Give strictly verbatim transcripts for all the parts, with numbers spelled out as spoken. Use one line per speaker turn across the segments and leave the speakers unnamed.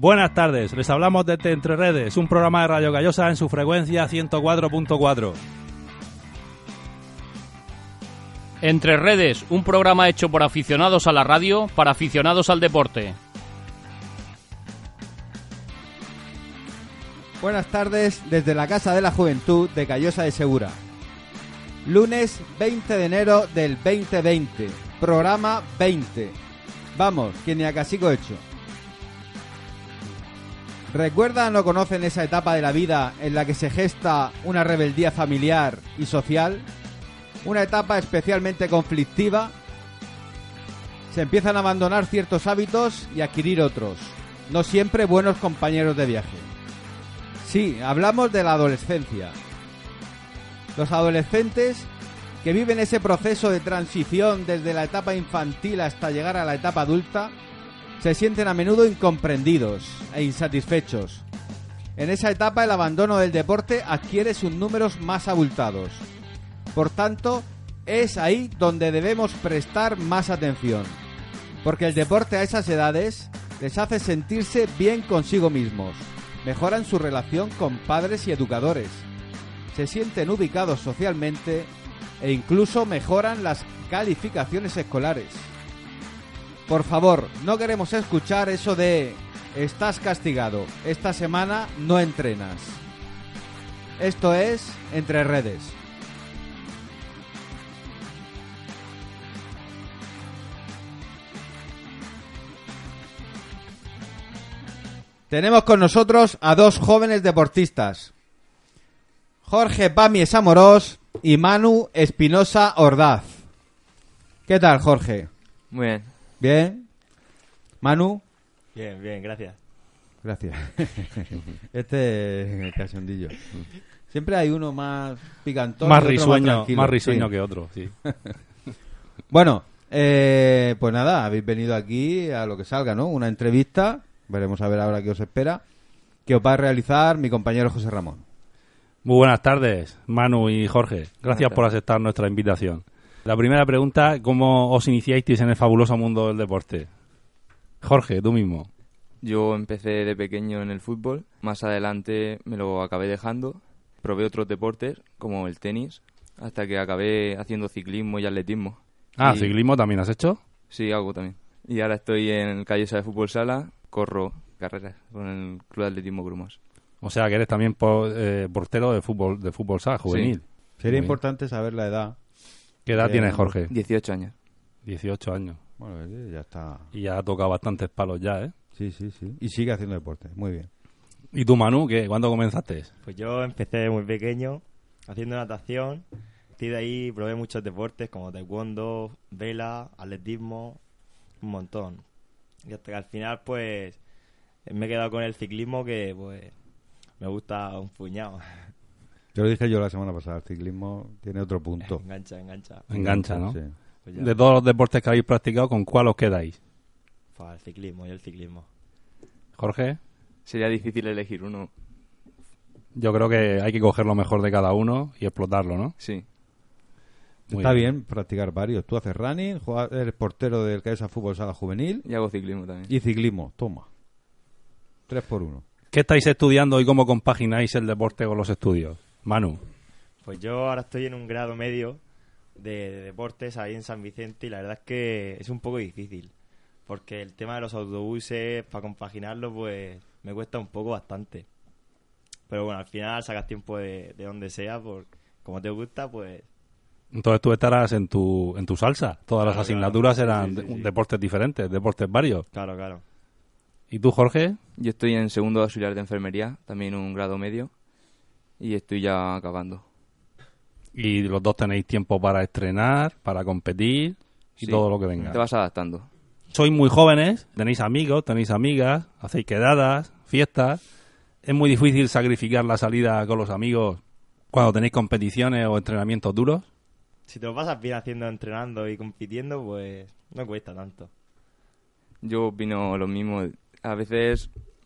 Buenas tardes, les hablamos desde Entre Redes, un programa de Radio Callosa en su frecuencia ciento cuatro punto cuatro.
Entre Redes, un programa hecho por aficionados a la radio para aficionados al deporte.
Buenas tardes desde la Casa de la Juventud de Callosa de Segura. Lunes veinte de enero del veinte veinte, programa veinte. Vamos, que ni a casico hecho. ¿Recuerdan o conocen esa etapa de la vida en la que se gesta una rebeldía familiar y social? Una etapa especialmente conflictiva. Se empiezan a abandonar ciertos hábitos y adquirir otros, no siempre buenos compañeros de viaje. Sí, hablamos de la adolescencia. Los adolescentes que viven ese proceso de transición desde la etapa infantil hasta llegar a la etapa adulta se sienten a menudo incomprendidos e insatisfechos. En esa etapa el abandono del deporte adquiere sus números más abultados. Por tanto, es ahí donde debemos prestar más atención, porque el deporte a esas edades les hace sentirse bien consigo mismos, mejoran su relación con padres y educadores, se sienten ubicados socialmente e incluso mejoran las calificaciones escolares. Por favor, no queremos escuchar eso de estás castigado, esta semana no entrenas. Esto es Entre Redes. Tenemos con nosotros a dos jóvenes deportistas, Jorge Pamies Amorós y Manu Espinosa Ordaz. ¿Qué tal, Jorge?
Muy bien.
¿Bien? ¿Manu?
Bien, bien, gracias.
Gracias. Este es cachondillo. Siempre hay uno más picantón,
más
y otro
risueño,
más,
más risueño
sí.
que otro, sí.
Bueno, eh, pues nada, habéis venido aquí a lo que salga, ¿no? Una entrevista, veremos a ver ahora qué os espera, que os va a realizar mi compañero José Ramón.
Muy buenas tardes, Manu y Jorge. Gracias por aceptar nuestra invitación. La primera pregunta, ¿cómo os iniciasteis en el fabuloso mundo del deporte? Jorge, tú mismo.
Yo empecé de pequeño en el fútbol, más adelante me lo acabé dejando, probé otros deportes como el tenis, hasta que acabé haciendo ciclismo y atletismo.
Ah,
y...
¿ciclismo también has hecho?
Sí, hago también. Y ahora estoy en el Callosa de Fútbol Sala, corro carreras con el Club de Atletismo Grumos.
O sea, que eres también por, eh, portero de fútbol de fútbol sala, juvenil.
Sí.
Sería
Muy
importante saber la edad.
¿Qué edad
Eh,
tienes, Jorge?
dieciocho años.
dieciocho años.
Bueno, ya está.
Y ya ha tocado bastantes palos ya, ¿eh?
Sí, sí, sí. Y sigue haciendo deporte. Muy bien.
¿Y tú, Manu, qué? ¿Cuándo comenzaste?
Pues yo empecé muy pequeño haciendo natación. Y de ahí probé muchos deportes como taekwondo, vela, atletismo, un montón. Y hasta que al final, pues, me he quedado con el ciclismo que, pues, me gusta un puñado.
Yo lo dije yo la semana pasada, el ciclismo tiene otro punto.
Engancha, engancha.
Engancha, ¿no?
Sí.
Pues ya,
De todos los deportes que habéis practicado, ¿con cuál os quedáis?
pues, el ciclismo y el ciclismo.
Jorge,
Sería difícil elegir uno.
yo creo que hay que coger lo mejor de cada uno y explotarlo, ¿no?
Sí.
Muy
Está bien practicar varios. Tú haces running, juegas, eres portero del Callosa Fútbol Sala Juvenil
Y hago ciclismo también.
y ciclismo. Toma. Tres por uno.
¿Qué estáis estudiando y cómo compagináis el deporte con los estudios? Manu.
Pues yo ahora estoy en un grado medio de, de deportes ahí en San Vicente y la verdad es que es un poco difícil. Porque el tema de los autobuses, para compaginarlo, pues me cuesta un poco bastante. Pero bueno, al final sacas tiempo de, de donde sea, por como te gusta, pues...
Entonces tú estarás en tu en tu salsa. Todas las
Claro,
asignaturas
claro.
eran
Sí, sí, sí,
de-
sí.
deportes diferentes, deportes varios.
Claro, claro.
¿Y tú, Jorge?
Yo estoy en segundo de auxiliar de enfermería, también un grado medio, y estoy ya acabando.
Y los dos tenéis tiempo para estrenar, para competir y
Sí.
todo lo que venga.
Te vas adaptando.
Sois muy jóvenes, tenéis amigos, tenéis amigas, hacéis quedadas, fiestas. Es muy difícil sacrificar la salida con los amigos cuando tenéis competiciones o entrenamientos duros.
Si te lo pasas bien haciendo, entrenando y compitiendo, pues no cuesta tanto.
Yo opino lo mismo. A veces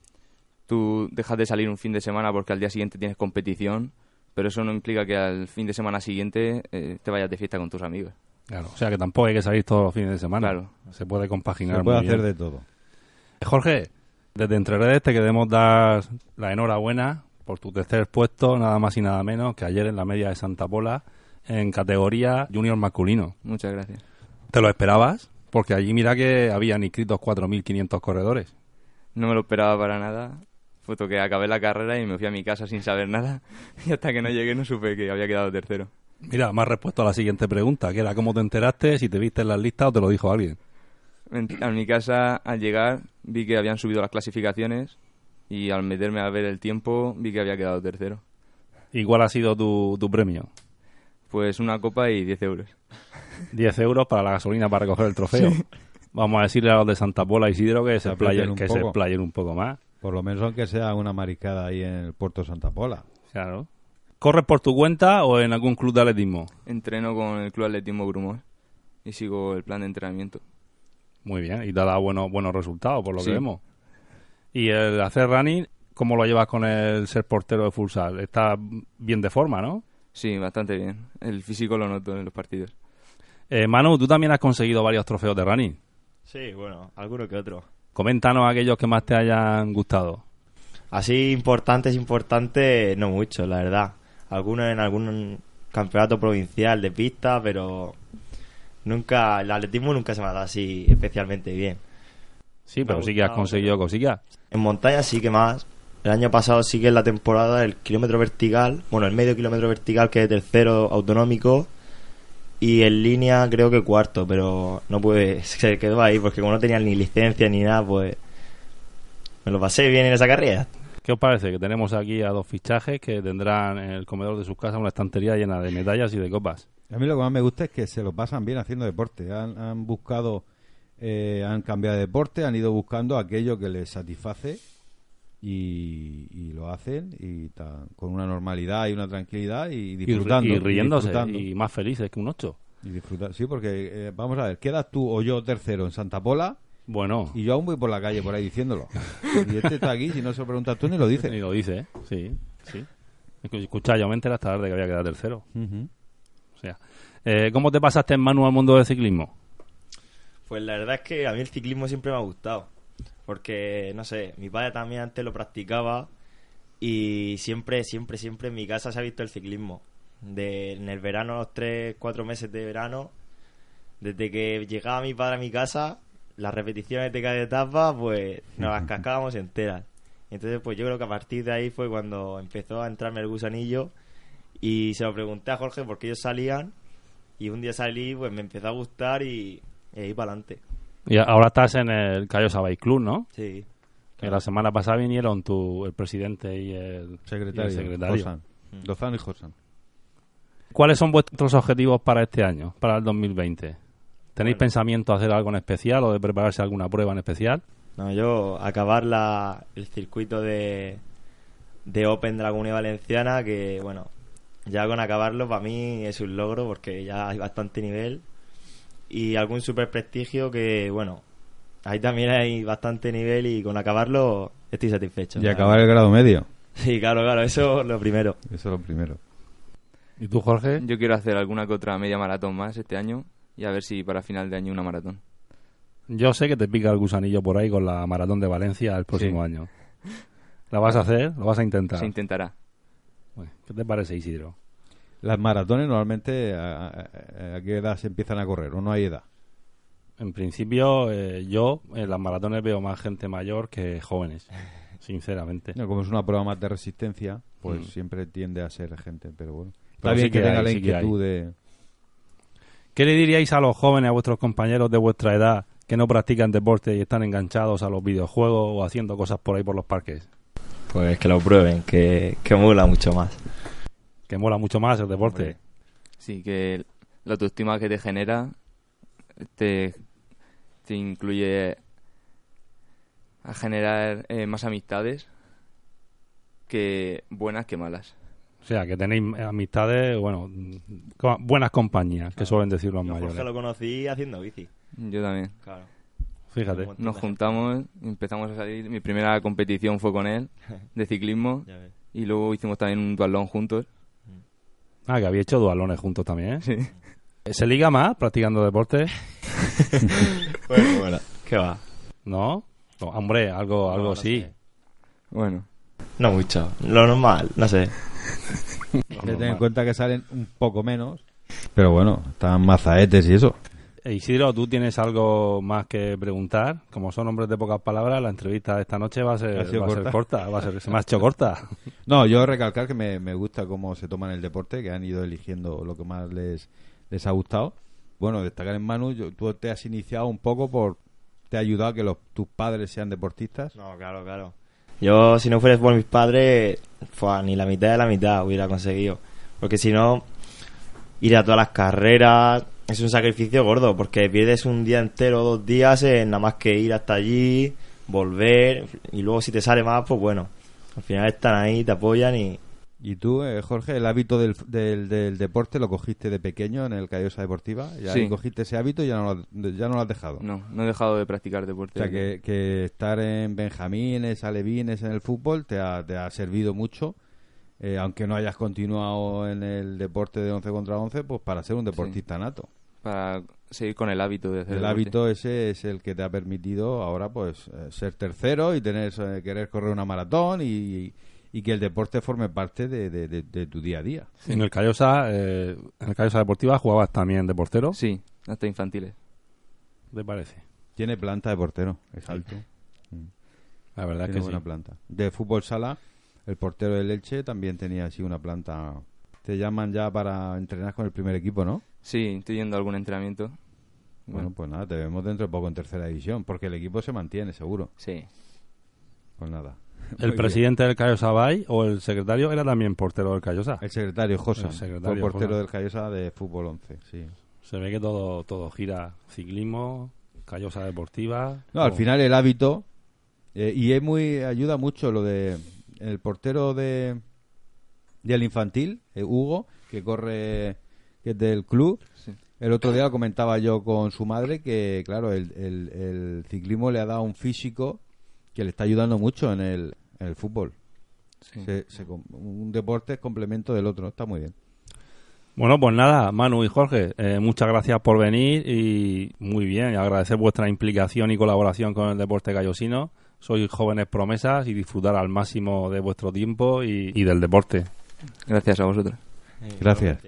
tú dejas de salir un fin de semana porque al día siguiente tienes competición, pero eso no implica que al fin de semana siguiente eh, te vayas de fiesta con tus amigos.
Claro, o sea que tampoco hay que salir todos los fines de semana.
Claro.
Se puede compaginar
Se puede
muy
hacer
bien.
de todo.
Jorge, Desde Entre Redes te queremos dar la enhorabuena por tu tercer puesto, nada más y nada menos que ayer en la media de Santa Pola, en categoría junior masculino.
Muchas gracias.
¿Te lo esperabas? Porque allí mira que habían inscritos cuatro mil quinientos corredores.
No me lo esperaba para nada. Fue que acabé la carrera y me fui a mi casa sin saber nada. Y hasta que no llegué no supe que había quedado tercero.
Mira, me has respuesto a la siguiente pregunta, que era cómo te enteraste, si te viste en las listas o te lo dijo alguien.
En, a mi casa, al llegar, vi que habían subido las clasificaciones y al meterme a ver el tiempo, vi que había quedado tercero.
¿Y cuál ha sido tu, tu premio?
Pues una copa y diez euros.
diez euros para la gasolina para recoger el trofeo. Sí. Vamos a decirle a los de Santa Pola, Isidro, que se explayen un, que se explayen un poco más.
Por lo menos aunque sea una maricada ahí en el puerto de Santa Pola.
Claro. ¿Corres por tu cuenta o en algún club de atletismo?
Entreno con el Club Atletismo Grumos y sigo el plan de entrenamiento.
Muy bien, y te da buenos, buenos resultados, por lo
sí.
que vemos. ¿Y el hacer running, cómo lo llevas con el ser portero de futsal? Está bien de forma, ¿no?
Sí, bastante bien. El físico lo noto en los partidos.
Eh, Manu, tú también has conseguido varios trofeos de running.
Sí, bueno, alguno que otro.
Coméntanos aquellos que más te hayan gustado.
Así importantes, importantes, no mucho, la verdad. Algunos en algún campeonato provincial de pista, pero nunca, el atletismo nunca se me ha dado así especialmente bien.
Sí, pero sí que has conseguido cosillas.
En montaña sí que más. El año pasado sí que en la temporada el kilómetro vertical, bueno, el medio kilómetro vertical que es tercero autonómico, y en línea creo que cuarto, pero no pude, se quedó ahí porque como no tenía ni licencia ni nada, pues me lo pasé bien en esa carrera.
¿Qué os parece? Que tenemos aquí a dos fichajes que tendrán en el comedor de sus casas una estantería llena de medallas y de copas.
A mí lo que más me gusta es que se lo pasan bien haciendo deporte. Han, han buscado, eh, han cambiado de deporte, han ido buscando aquello que les satisface y, y lo hacen y ta, con una normalidad y una tranquilidad y disfrutando.
Y, y riéndose
y, disfrutando.
Y más felices que un ocho.
Y disfrutar, sí, porque eh, vamos a ver, quedas tú o yo tercero en Santa Pola.
Bueno.
Y yo aún voy por la calle por ahí diciéndolo. Y este está aquí, si no se lo preguntas tú ni lo dice.
Ni lo dice, ¿eh? Sí, sí. Escucha, yo me enteré hasta tarde que había quedado tercero.
Uh-huh.
O sea, eh, ¿cómo te pasaste en Manu al mundo del ciclismo?
Pues la verdad es que a mí el ciclismo siempre me ha gustado. Porque, no sé, mi padre también antes lo practicaba y siempre, siempre, siempre en mi casa se ha visto el ciclismo. De, en el verano, los tres, cuatro meses de verano, desde que llegaba mi padre a mi casa, las repeticiones de cada etapa, pues nos las cascábamos enteras. Entonces, pues yo creo que a partir de ahí fue cuando empezó a entrarme el gusanillo y se lo pregunté a Jorge porque ellos salían y un día salí, pues me empezó a gustar y, y ahí para adelante.
Y ahora estás en el Callosa Bike Club, ¿no?
Sí.
Que la semana pasada vinieron tu, el presidente y el
secretario.
Y el secretario.
Josan. Lozano y Josan.
¿Cuáles son vuestros objetivos para este año, para el dos mil veinte? ¿Tenéis bueno. pensamiento de hacer algo en especial o de prepararse alguna prueba en especial?
No, yo acabar la, el circuito de, de Open de la Comunidad Valenciana, que bueno, ya con acabarlo para mí es un logro porque ya hay bastante nivel. Y algún super prestigio que, bueno, ahí también hay bastante nivel y con acabarlo estoy satisfecho.
Y acabar el grado medio.
Sí, claro, claro, eso es lo primero.
Eso es lo primero.
¿Y tú, Jorge?
Yo quiero hacer alguna que otra media maratón más este año y a ver si para final de año una maratón.
Yo sé que te pica el gusanillo por ahí con la maratón de Valencia el próximo
sí.
año. ¿La vas a hacer? ¿Lo vas a intentar?
Se intentará.
Bueno, ¿qué te parece, Isidro?
Las maratones normalmente a, a, a qué edad se empiezan a correr o no hay edad.
En principio eh, yo en las maratones veo más gente mayor que jóvenes, sinceramente.
No, como es una prueba más de resistencia, pues mm. siempre tiende a ser gente, pero bueno. Está
pero
bien
sí
que,
que
tenga
hay,
la
sí
inquietud de...
¿Qué le diríais a los jóvenes, a vuestros compañeros de vuestra edad que no practican deporte y están enganchados a los videojuegos o haciendo cosas por ahí por los parques?
Pues que lo prueben, que, que mola mucho más.
Que mola mucho más el deporte.
Sí, que la autoestima que te genera te, te incluye a generar eh, más amistades que buenas que malas.
O sea, que tenéis amistades, bueno, co- buenas compañías, que suelen decir los
Yo
mayores.
Jorge lo conocí haciendo bici.
Yo también.
Claro.
Fíjate.
Nos juntamos, empezamos a salir. Mi primera competición fue con él, de ciclismo.
Ya ves.
Y luego hicimos también un duatlón juntos.
Ah, que había hecho dualones juntos también, ¿eh?
Sí.
¿Se liga más practicando deporte?
Bueno, bueno. ¿Qué va?
¿No? Oh, hombre, algo, algo
No, no
sí.
sé.
Bueno,
No mucho. Lo normal, no sé.
Hay que tener en cuenta que salen un poco menos, pero bueno, están mazaetes y eso.
Eh, Isidro, ¿tú tienes algo más que preguntar? Como son hombres de pocas palabras, la entrevista de esta noche va a ser,
¿Ha sido
va a ser
corta?
corta, va a ser, se me ha hecho corta.
No, yo recalcar que me, me gusta cómo se toman el deporte, que han ido eligiendo lo que más les, les ha gustado. Bueno, destacar en Manu, yo- tú te has iniciado un poco por... ¿Te ha ayudado a que los, tus padres sean deportistas?
No, claro, claro. Yo, si no fuera por mis padres, fue ni la mitad de la mitad hubiera conseguido. Porque si no, ir a todas las carreras es un sacrificio gordo, porque pierdes un día entero, dos días, en nada más que ir hasta allí, volver, y luego si te sale más, pues bueno, al final están ahí, te apoyan y...
¿Y tú, eh, Jorge, el hábito del, del, del deporte lo cogiste de pequeño en el Callosa Deportiva? ¿Ya
Sí.
ahí cogiste ese hábito y ya no lo, ya no lo has dejado?
no, no he dejado de practicar
O
deporte.
sea, que, que estar en Benjamines, Alevines, en el fútbol, te ha, te ha servido mucho, eh, aunque no hayas continuado en el deporte de once contra once, pues para ser un deportista nato.
Para seguir con el hábito de hacer
El
deporte.
hábito ese es el que te ha permitido ahora pues eh, ser tercero y tener eh, querer correr una maratón y, y que el deporte forme parte de, de- de- de tu día a día.
En el Callosa, eh, en el Callosa Deportiva jugabas también de portero,
Sí, hasta infantiles.
¿te parece?
Tiene planta de portero, es alto.
La verdad es
Tiene
que sí.
buena planta. De fútbol sala, el portero del Elche también tenía así una planta. Te llaman ya para entrenar con el primer equipo, ¿no?
Sí, estoy yendo a algún entrenamiento.
Bueno, pues nada, te vemos dentro de poco en tercera división, porque el equipo se mantiene, seguro.
Sí.
Pues nada.
¿El
Muy
presidente del Callosa Bay o el secretario era también portero del Callosa?
bien. El secretario Josa,
El secretario
fue portero
Josa.
del Callosa de fútbol once, sí.
Se ve que todo, todo gira. Ciclismo, Callosa Deportiva...
No, al
todo.
final el hábito eh, y es muy ayuda mucho lo de el portero de del infantil, eh, Hugo, que corre, que es del club.
Sí.
El otro día lo comentaba yo con su madre que, claro, el, el- el ciclismo le ha dado un físico que le está ayudando mucho en el, en el fútbol.
Sí.
Se- se com- un deporte es complemento del otro, está muy bien.
Bueno, pues nada, Manu y Jorge, eh, muchas gracias por venir y muy bien, y agradecer vuestra implicación y colaboración con el deporte callosino. Sois jóvenes promesas y disfrutar al máximo de vuestro tiempo y, y del deporte.
Gracias a vosotros.
Gracias.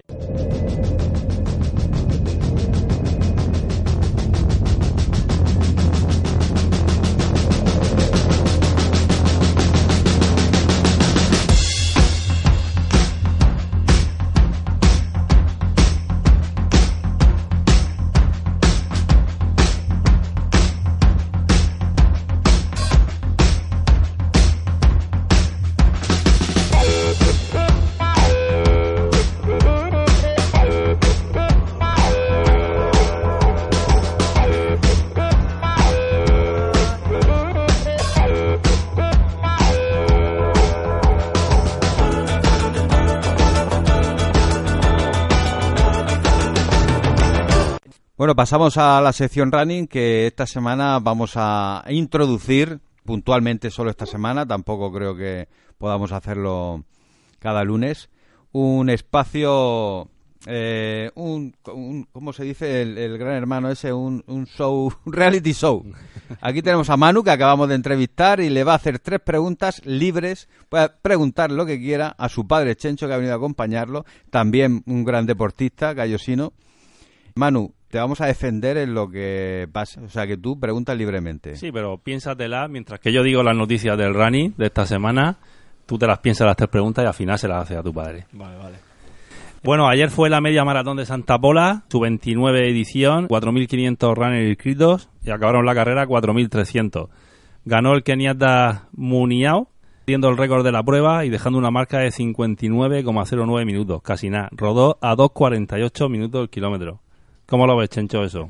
Bueno, pasamos a la sección running, que esta semana vamos a introducir puntualmente, solo esta semana, tampoco creo que podamos hacerlo cada lunes, un espacio, eh, un, un- ¿cómo se dice el, el gran hermano ese? Un, un show, un reality show. Aquí tenemos a Manu, que acabamos de entrevistar, y le va a hacer tres preguntas libres. Puede preguntar lo que quiera a su padre Chencho, que ha venido a acompañarlo, también un gran deportista, callosino. Manu, te vamos a defender en lo que pasa, o sea, que tú preguntas libremente.
Sí, pero piénsatela, mientras que yo digo las noticias del running de esta semana, tú te las piensas las tres preguntas y al final se las haces a tu padre.
Vale, vale.
Bueno, ayer fue la media maratón de Santa Pola, su veintinueve edición, cuatro mil quinientos runners inscritos y acabaron la carrera cuatro mil trescientos. Ganó el keniata Muniao, batiendo el récord de la prueba y dejando una marca de cincuenta y nueve coma cero nueve minutos, casi nada. Rodó a dos cuarenta y ocho minutos el kilómetro. ¿Cómo lo ves, Chencho, eso?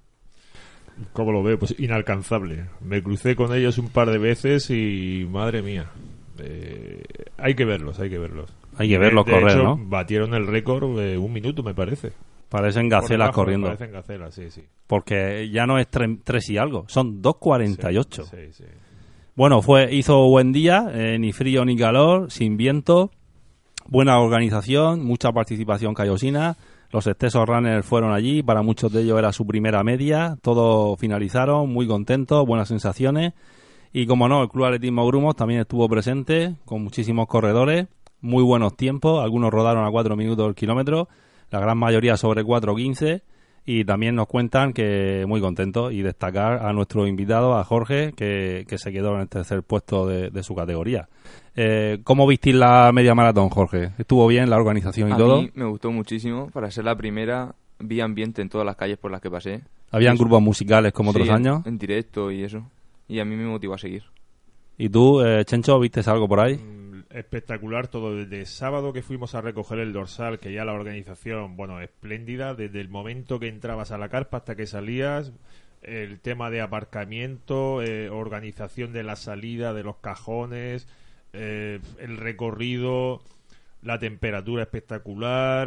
¿Cómo lo veo? Pues inalcanzable. Me crucé con ellos un par de veces y madre mía. Eh, hay que verlos, hay que verlos.
Hay que verlos
De- de
correr,
hecho,
¿no?
Batieron el récord de un minuto, me parece.
Parecen
Por
gacelas
debajo,
corriendo.
Parecen gacelas, sí, sí.
Porque ya no es tre- tres y algo, son dos cuarenta y ocho.
Sí, sí.
Bueno, fue hizo buen día, eh, ni frío ni calor, sin viento, buena organización, mucha participación callosina. Los excesos runners fueron allí, para muchos de ellos era su primera media, todos finalizaron muy contentos, buenas sensaciones. Y como no, el Club Atletismo Grumos también estuvo presente con muchísimos corredores, muy buenos tiempos, algunos rodaron a cuatro minutos el kilómetro, la gran mayoría sobre cuatro quince, y también nos cuentan que muy contentos, y destacar a nuestro invitado, a Jorge, que, que se quedó en el tercer puesto de, de su categoría. Eh, ¿Cómo vistís la media maratón, Jorge? ¿Estuvo bien la organización y
a
todo?
A mí me gustó muchísimo. Para ser la primera, vi ambiente en todas las calles por las que pasé.
¿Habían grupos musicales como
sí,
otros
en,
años?
en directo y eso. Y a mí me motivó a seguir.
¿Y tú, eh, Chencho, viste algo por ahí?
Mm, espectacular todo. Desde sábado que fuimos a recoger el dorsal, que ya la organización, bueno, espléndida. Desde el momento que entrabas a la carpa hasta que salías, el tema de aparcamiento, eh, organización de la salida, de los cajones, eh, el recorrido, la temperatura espectacular,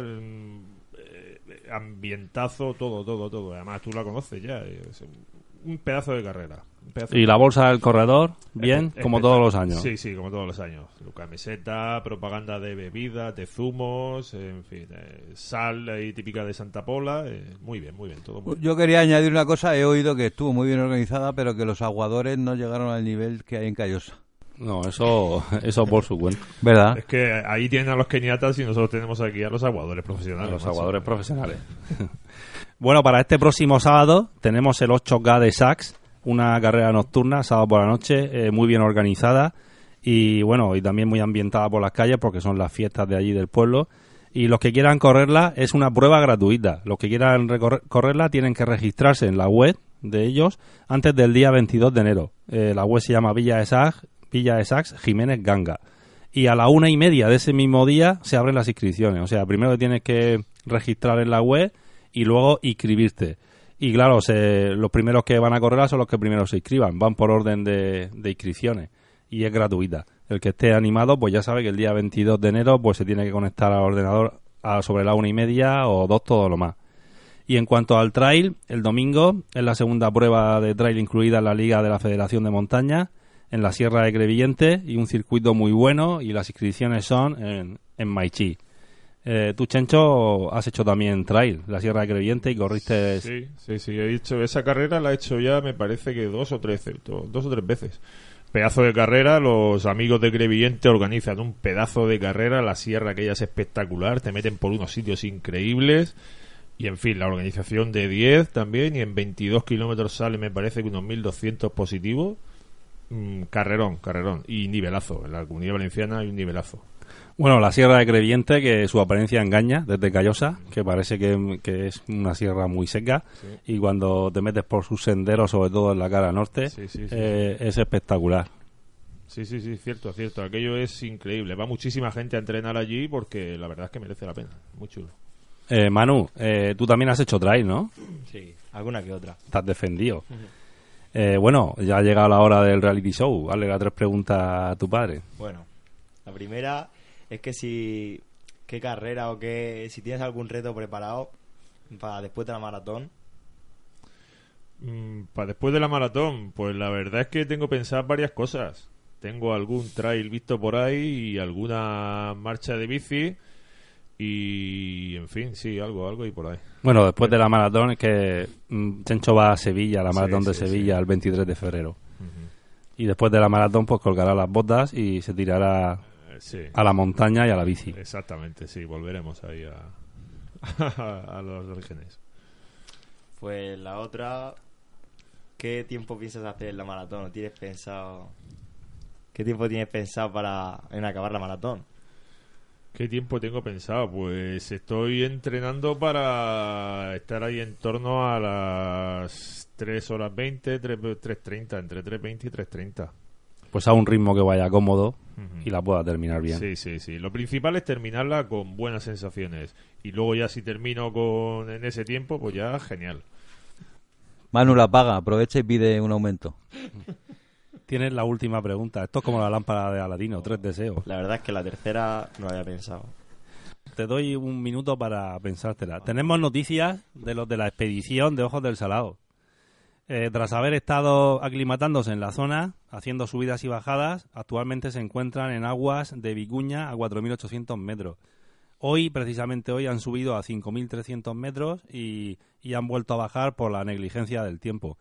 eh, ambientazo, todo, todo, todo. Además, tú la conoces ya. Es un pedazo de carrera. Un pedazo
¿Y
de
la bolsa del corredor? Bien,
Espe-
como
espectac-
todos los años.
Sí, sí, como todos los años. Camiseta, propaganda de bebidas, de zumos, en fin, eh, sal ahí típica de Santa Pola. Eh, muy bien, muy bien, todo muy bien.
Yo quería añadir una cosa, he oído que estuvo muy bien organizada, pero que los aguadores no llegaron al nivel que hay en Callosa.
No, eso, eso por su cuenta.
¿Verdad?
Es que ahí tienen a los keniatas y nosotros tenemos aquí a los aguadores profesionales.
Los
macho.
aguadores profesionales. Bueno, para este próximo sábado tenemos el ocho K de Sachs, una carrera nocturna, sábado por la noche, eh, muy bien organizada y bueno, y también muy ambientada por las calles porque son las fiestas de allí del pueblo. Y los que quieran correrla es una prueba gratuita. Los que quieran recorrer, correrla tienen que registrarse en la web de ellos antes del día veintidós de enero. Eh, la web se llama Villa de Sachs, Villa de Sachs, Jiménez Ganga. Y a la una y media de ese mismo día se abren las inscripciones. O sea, primero tienes que registrar en la web y luego inscribirte. Y claro, se, los primeros que van a correr son los que primero se inscriban. Van por orden de, de inscripciones. Y es gratuita. El que esté animado, pues ya sabe que el día veintidós de enero pues se tiene que conectar al ordenador a sobre la una y media o dos, todo lo más. Y en cuanto al trail, el domingo es la segunda prueba de trail incluida en la Liga de la Federación de Montaña, en la Sierra de Crevillente, y un circuito muy bueno, y las inscripciones son en, en Maichi. Eh, tú, Chencho, has hecho también trail, la Sierra de Crevillente, y corriste...
Sí, sí, sí, he hecho esa carrera, la he hecho ya, me parece que dos o tres, dos o tres veces. Pedazo de carrera, los amigos de Crevillente organizan un pedazo de carrera, la sierra aquella es espectacular, te meten por unos sitios increíbles, y en fin, la organización de diez también, y en veintidós kilómetros sale, me parece que unos mil doscientos positivos. Mm, carrerón, carrerón, y nivelazo, en la Comunidad Valenciana hay un nivelazo.
Bueno, la Sierra de Crevillente, que su apariencia engaña desde Callosa, que parece que, que es una sierra muy seca,
Sí.
y cuando te metes por sus senderos, sobre todo en la cara norte,
Sí, sí, sí,
eh, es espectacular.
Sí, sí, sí, cierto, cierto, aquello es increíble, va muchísima gente a entrenar allí porque la verdad es que merece la pena, muy chulo.
Eh, Manu, eh, tú también has hecho trail, ¿no?
Sí, alguna que otra.
Estás defendido. Eh, bueno, ya ha llegado la hora del reality show. Hazle las tres preguntas a tu padre.
Bueno, la primera es que si qué carrera o qué si tienes algún reto preparado para después de la maratón.
Mm, para después de la maratón, pues la verdad es que tengo pensadas varias cosas. Tengo algún trail visto por ahí y alguna marcha de bici y, en fin, sí, algo, algo y por ahí.
Bueno, después de la maratón es que mm, Chencho va a Sevilla, la
Sí,
maratón de
sí,
Sevilla,
sí.
el veintitrés de febrero.
Ujú.
Y después de la maratón, pues colgará las botas y se tirará
Eh, sí,
a la montaña y a la bici.
exactamente, sí, volveremos ahí a, a los orígenes.
Pues la otra, ¿qué tiempo piensas hacer en la maratón? ¿O tienes pensado qué tiempo tienes pensado para en acabar la maratón?
¿Qué tiempo tengo pensado? Pues estoy entrenando para estar ahí en torno a las tres horas veinte, tres treinta, entre tres veinte y tres treinta.
Pues a un ritmo que vaya cómodo
Ujú.
y la pueda terminar bien.
Sí, sí, sí. Lo principal es terminarla con buenas sensaciones. Y luego ya si termino con en ese tiempo, pues ya genial.
Manu la paga, aprovecha y pide un aumento.
Tienes la última pregunta. Esto es como la lámpara de Aladino, tres deseos.
La verdad es que la tercera no lo había pensado.
Te doy un minuto para pensártela. Tenemos noticias de los de la expedición de Ojos del Salado. Eh, tras haber estado aclimatándose en la zona, haciendo subidas y bajadas, actualmente se encuentran en aguas de Vicuña a cuatro mil ochocientos metros. Hoy, precisamente hoy, han subido a cinco mil trescientos metros y, y han vuelto a bajar por la negligencia del tiempo.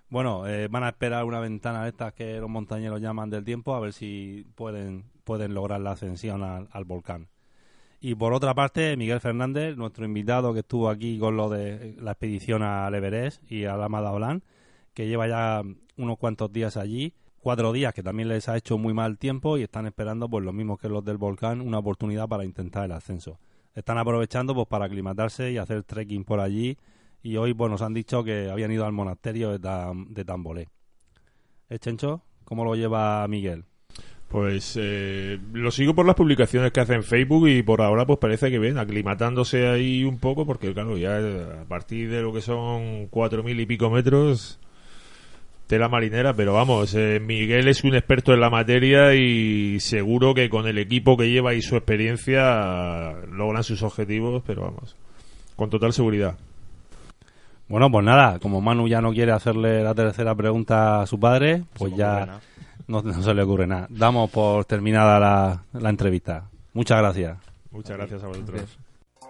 Bueno, eh, van a esperar una ventana de estas que los montañeros llaman del tiempo, a ver si pueden, pueden lograr la ascensión al, al volcán. Y por otra parte, Miguel Fernández, nuestro invitado que estuvo aquí con lo de la expedición al Everest y a la Madaolán, que lleva ya unos cuantos días allí, cuatro días que también les ha hecho muy mal tiempo y están esperando, pues los mismos que los del volcán, una oportunidad para intentar el ascenso. Están aprovechando pues para aclimatarse y hacer trekking por allí, y hoy pues nos han dicho que habían ido al monasterio de, Tam, de Tambolé. ¿Eh, Chencho? ¿Cómo lo lleva Miguel?
Pues eh, lo sigo por las publicaciones que hace en Facebook y por ahora pues parece que bien, aclimatándose ahí un poco, porque claro, ya a partir de lo que son cuatro mil y pico metros, tela marinera, pero vamos, eh, Miguel es un experto en la materia y seguro que con el equipo que lleva y su experiencia logran sus objetivos, pero vamos, con total seguridad.
Bueno, pues nada, como Manu ya no quiere hacerle la tercera pregunta a su padre, pues ya no, no se le ocurre nada. Damos por terminada la, la entrevista. Muchas gracias.
Muchas gracias a vosotros.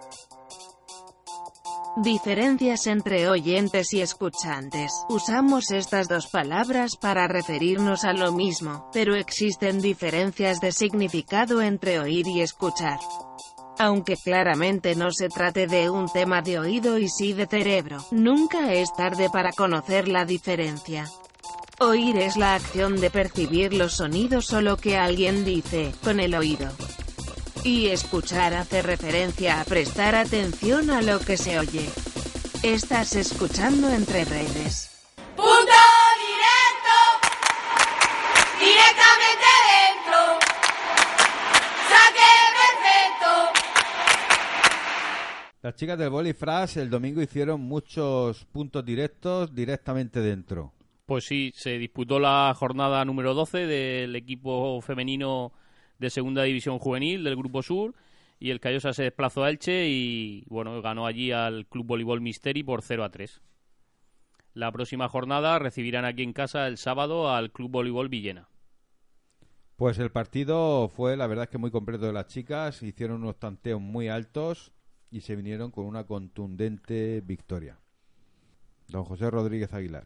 Diferencias entre oyentes y escuchantes. Usamos estas dos palabras para referirnos a lo mismo, pero existen diferencias de significado entre oír y escuchar. Aunque claramente no se trate de un tema de oído y sí de cerebro, nunca es tarde para conocer la diferencia. Oír es la acción de percibir los sonidos o lo que alguien dice, con el oído. Y escuchar hace referencia a prestar atención a lo que se oye. Estás escuchando Entre Redes.
Punto directo, directamente dentro, saque perfecto.
Las chicas del Boli Flash el domingo hicieron muchos puntos directos directamente dentro.
Pues sí, se disputó la jornada número doce del equipo femenino de Segunda División Juvenil del Grupo Sur, y el Callosa se desplazó a Elche y bueno, ganó allí al Club Voleibol Misteri por cero a tres. La próxima jornada recibirán aquí en casa el sábado al Club Voleibol Villena.
Pues el partido fue, la verdad es que muy completo de las chicas, hicieron unos tanteos muy altos y se vinieron con una contundente victoria. Don José Rodríguez Aguilar.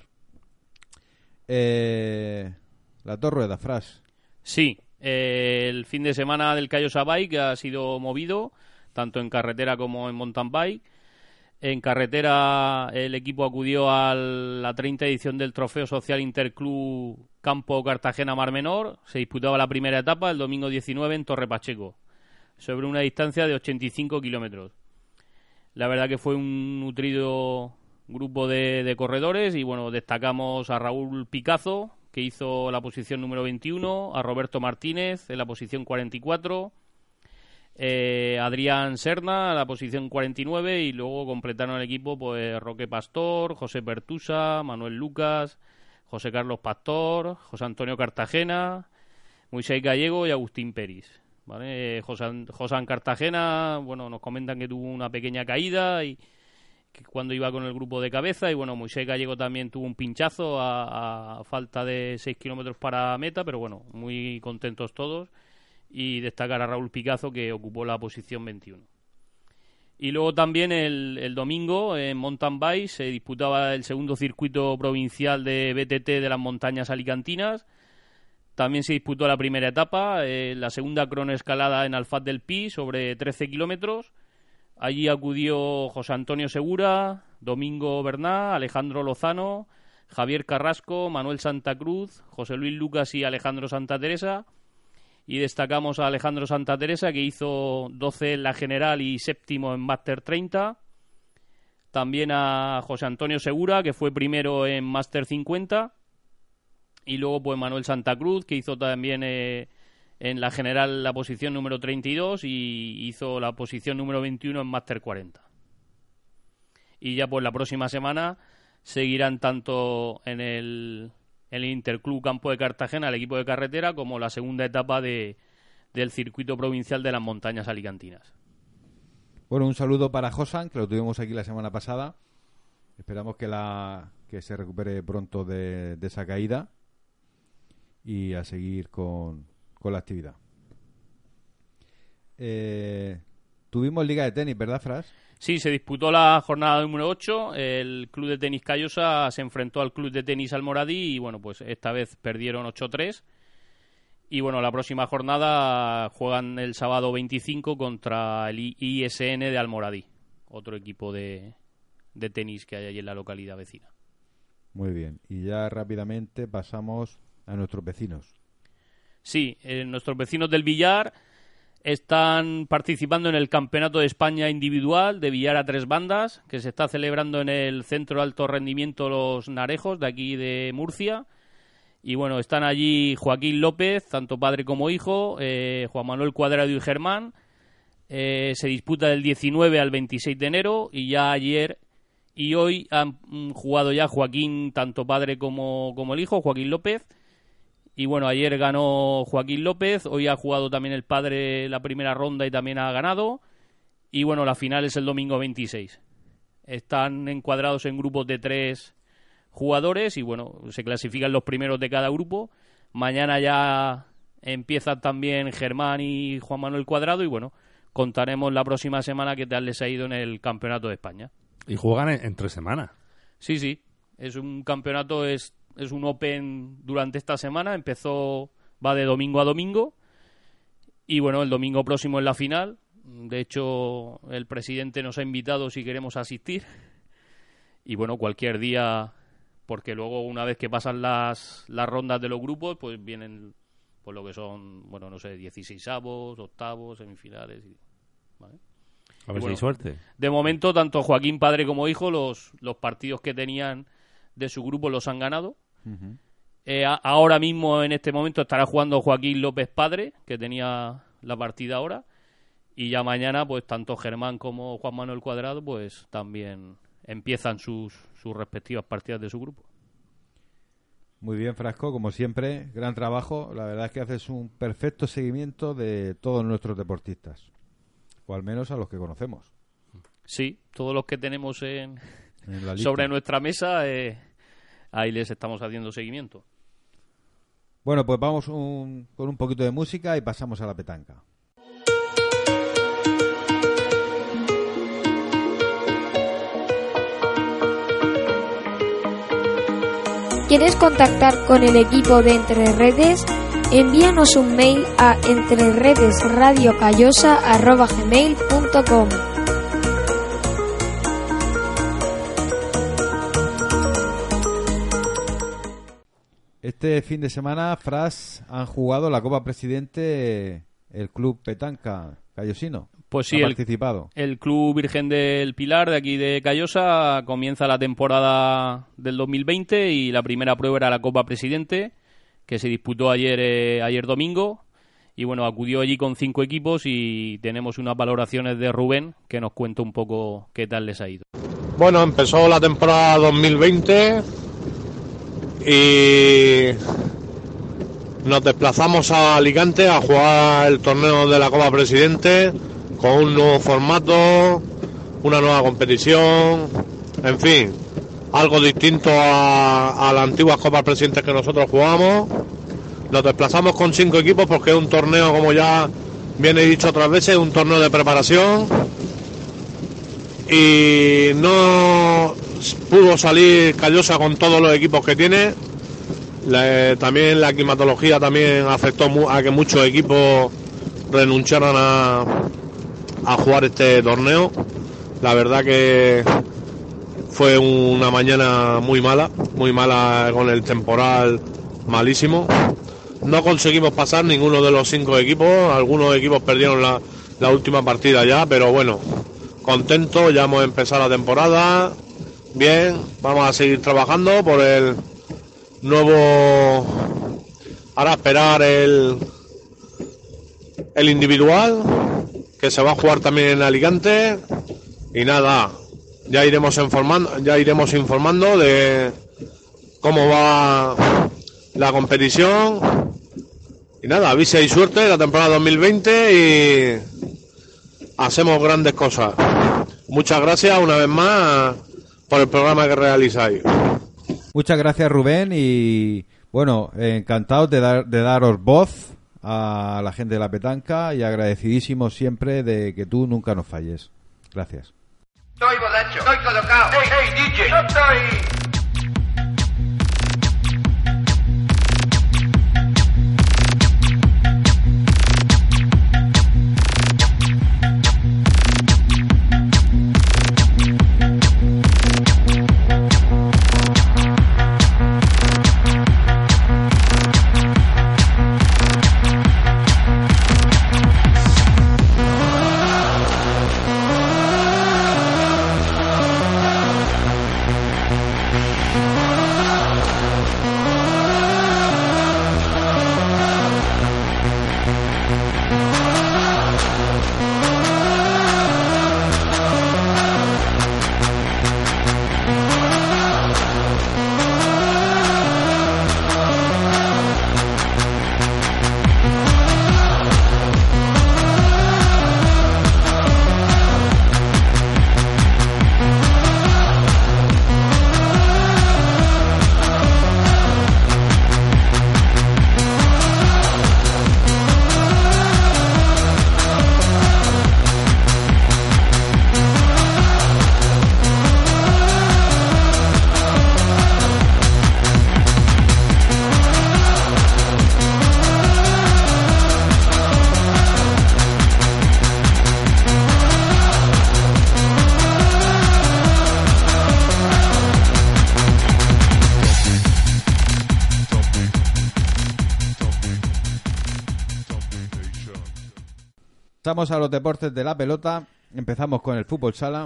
Eh, las dos ruedas, Fras.
Sí. El fin de semana del Callosa Bike ha sido movido, tanto en carretera como en mountain bike. En carretera el equipo acudió a la treinta edición del Trofeo Social Interclub Campo Cartagena Mar Menor. Se disputaba la primera etapa el domingo diecinueve en Torre Pacheco, sobre una distancia de ochenta y cinco kilómetros. La verdad que fue un nutrido grupo de, de corredores y bueno, destacamos a Raúl Picazo, que hizo la posición número veintiuno, a Roberto Martínez en la posición cuarenta y cuatro, eh, Adrián Serna en la posición cuarenta y nueve, y luego completaron el equipo pues Roque Pastor, José Pertusa, Manuel Lucas, José Carlos Pastor, José Antonio Cartagena, Moisés Gallego y Agustín Peris. ¿Vale? José, José Cartagena, bueno, nos comentan que tuvo una pequeña caída y que cuando iba con el grupo de cabeza, y bueno, Moisés Gallego también tuvo un pinchazo a, a falta de seis kilómetros para meta, pero bueno, muy contentos todos, y destacar a Raúl Picazo, que ocupó la posición veintiuno. Y luego también el, el domingo en mountain bike se disputaba el segundo circuito provincial de B T T de las montañas alicantinas. También se disputó la primera etapa, eh, la segunda cronoescalada en Alfaz del Pi sobre trece kilómetros. Allí acudió José Antonio Segura, Domingo Berná, Alejandro Lozano, Javier Carrasco, Manuel Santa Cruz, José Luis Lucas y Alejandro Santa Teresa. Y destacamos a Alejandro Santa Teresa, que hizo doce en la general y séptimo en Máster treinta. También a José Antonio Segura, que fue primero en Máster cincuenta. Y luego pues Manuel Santa Cruz, que hizo también eh, en la general la posición número treinta y dos y hizo la posición número veintiuno en Máster cuarenta. Y ya pues la próxima semana seguirán tanto en el, en el Interclub Campo de Cartagena, el equipo de carretera, como la segunda etapa de, del circuito provincial de las montañas alicantinas.
Bueno, un saludo para Josan, que lo tuvimos aquí la semana pasada. Esperamos que, la, que se recupere pronto de, de esa caída y a seguir con, con la actividad. Eh, tuvimos Liga de Tenis, ¿verdad, Fras?
Sí, se disputó la jornada número ocho. El Club de Tenis Callosa se enfrentó al Club de Tenis Almoradí y, bueno, pues esta vez perdieron ocho tres. Y, bueno, la próxima jornada juegan el sábado veinticinco contra el I S N de Almoradí, otro equipo de, de tenis que hay allí en la localidad vecina.
Muy bien. Y ya rápidamente pasamos a nuestros vecinos.
Sí, eh, nuestros vecinos del billar están participando en el Campeonato de España individual de billar a tres bandas, que se está celebrando en el Centro de Alto Rendimiento Los Narejos, de aquí de Murcia. Y bueno, están allí Joaquín López, tanto padre como hijo, eh, Juan Manuel Cuadrado y Germán. Eh, se disputa del diecinueve al veintiséis de enero y ya ayer y hoy han mm, jugado ya Joaquín, tanto padre como, como el hijo, Joaquín López. Y bueno, ayer ganó Joaquín López, hoy ha jugado también el padre la primera ronda y también ha ganado. Y bueno, la final es el domingo veintiséis. Están encuadrados en grupos de tres jugadores y bueno, se clasifican los primeros de cada grupo. Mañana ya empiezan también Germán y Juan Manuel Cuadrado y bueno, contaremos la próxima semana qué tal les ha ido en el Campeonato de España.
Y juegan en, en tres semanas.
Sí, sí, es un campeonato, es, es un Open durante esta semana, empezó, va de domingo a domingo y bueno, el domingo próximo es la final. De hecho, el presidente nos ha invitado si queremos asistir y bueno, cualquier día, porque luego una vez que pasan las, las rondas de los grupos, pues vienen por lo que son, bueno, no sé, dieciseisavos, octavos, semifinales, y, ¿vale?
A ver
y bueno,
si hay suerte.
De momento, tanto Joaquín padre como hijo, los, los partidos que tenían de su grupo los han ganado. Uh-huh. Eh, a, ahora mismo, en este momento, estará jugando Joaquín López padre, que tenía la partida ahora, y ya mañana, pues tanto Germán como Juan Manuel Cuadrado, pues también empiezan sus, sus respectivas partidas de su grupo.
Muy bien, Frasco, como siempre, gran trabajo. La verdad es que haces un perfecto seguimiento de todos nuestros deportistas, o al menos a los que conocemos.
Sí, todos los que tenemos en,
en la lista.
Sobre nuestra mesa, eh, ahí les estamos haciendo seguimiento.
Bueno, pues vamos un, con un poquito de música y pasamos a la petanca.
¿Quieres contactar con el equipo de Entre Redes? Envíanos un mail a entreredesradiocallosa arroba gmail punto com.
Este fin de semana, Fras, han jugado la Copa Presidente el Club Petanca Callosino.
Pues sí,
ha
el,
participado.
El Club Virgen del Pilar de aquí de Callosa comienza la temporada del dos mil veinte y la primera prueba era la Copa Presidente, que se disputó ayer eh, ayer domingo. Y bueno, acudió allí con cinco equipos y tenemos unas valoraciones de Rubén que nos cuenta un poco qué tal les ha ido.
Bueno, empezó la temporada dos mil veinte y nos desplazamos a Alicante a jugar el torneo de la Copa Presidente con un nuevo formato, una nueva competición, en fin, algo distinto a, a las antiguas Copas Presidentes que nosotros jugamos. Nos desplazamos con cinco equipos porque es un torneo, como ya viene dicho otras veces, un torneo de preparación y no pudo salir Callosa con todos los equipos que tiene. La, también la climatología también afectó mu- a que muchos equipos renunciaran a, a jugar este torneo. La verdad que fue una mañana muy mala, muy mala con el temporal malísimo. No conseguimos pasar ninguno de los cinco equipos, algunos equipos perdieron la, la última partida ya, pero bueno, contentos, ya hemos empezado la temporada, bien, vamos a seguir trabajando por el nuevo, ahora esperar el, el individual, que se va a jugar también en Alicante, y nada, ya iremos informando, ya iremos informando de cómo va la competición, y nada, avisa y suerte la temporada dos mil veinte y hacemos grandes cosas. Muchas gracias una vez más por el programa que realizáis.
Muchas gracias, Rubén, y bueno, encantados de dar de daros voz a la gente de la petanca y agradecidísimos siempre de que tú nunca nos falles. Gracias.
Estoy borracho, estoy colocado. Hey, hey, D J, no estoy...
Pasamos a los deportes de la pelota. Empezamos con el fútbol sala.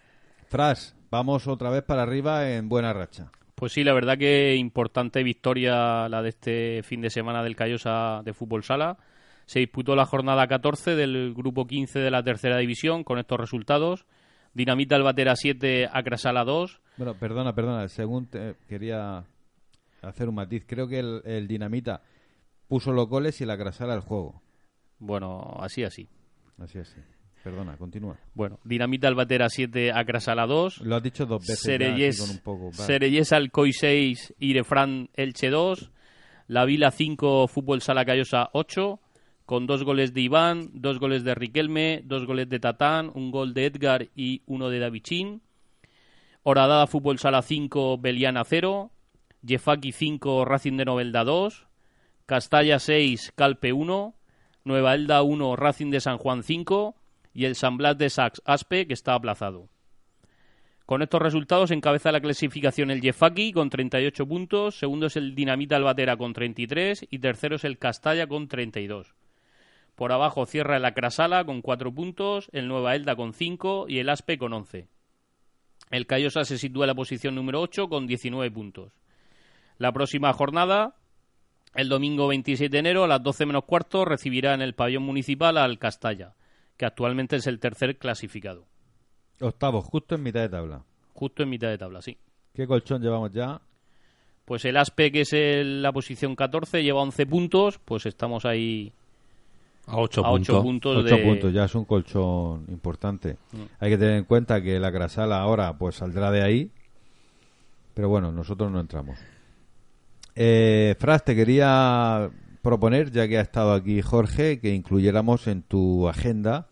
Fras, vamos otra vez para arriba en buena racha.
Pues sí, la verdad que importante victoria la de este fin de semana del Callosa de fútbol sala. Se disputó la jornada catorce del grupo quince de la tercera división con estos resultados. Dinamita Albatera siete, Acrasala dos.
Bueno, perdona, perdona, según te, quería hacer un matiz. Creo que el, el Dinamita puso los goles y el Acrasala el juego.
Bueno, así, así.
Así, así. Perdona, continúa.
Bueno, Dinamita Albatera siete, Acrasala dos.
Lo has dicho dos veces.
Sereyes,
ya, con un poco. Vale.
Sereyes Alcoy seis, Irefran Elche dos. La Vila cinco, Fútbol Sala Callosa ocho. Con dos goles de Iván, dos goles de Riquelme, dos goles de Tatán, un gol de Edgar y uno de Davichín. Horadada Fútbol Sala cinco, Beliana cero. Jefaki cinco, Racing de Novelda dos. Castalla seis, Calpe uno. Nueva Elda uno, Racing de San Juan cinco y el San Blas de Sax Aspe, que está aplazado. Con estos resultados encabeza la clasificación el Jefaki con treinta y ocho puntos, segundo es el Dinamita Albatera con treinta y tres y tercero es el Castalla con treinta y dos. Por abajo cierra el Acrasala con cuatro puntos, el Nueva Elda con cinco y el Aspe con once. El Callosa se sitúa en la posición número ocho con diecinueve puntos. La próxima jornada... El domingo veintisiete de enero a las doce menos cuarto recibirá en el pabellón municipal al Castalla, que actualmente es el tercer clasificado.
Octavo, justo en mitad de tabla.
Justo en mitad de tabla, sí.
¿Qué colchón llevamos ya?
Pues el Aspe, que es el, la posición catorce, lleva once puntos, pues estamos ahí
a ocho
a
puntos.
ocho puntos.
ocho
de...
puntos, ya es un colchón importante. Mm. Hay que tener en cuenta que la Crasala ahora pues saldrá de ahí, pero bueno, nosotros no entramos. Eh, Fras, te quería proponer, ya que ha estado aquí Jorge, que incluyéramos en tu agenda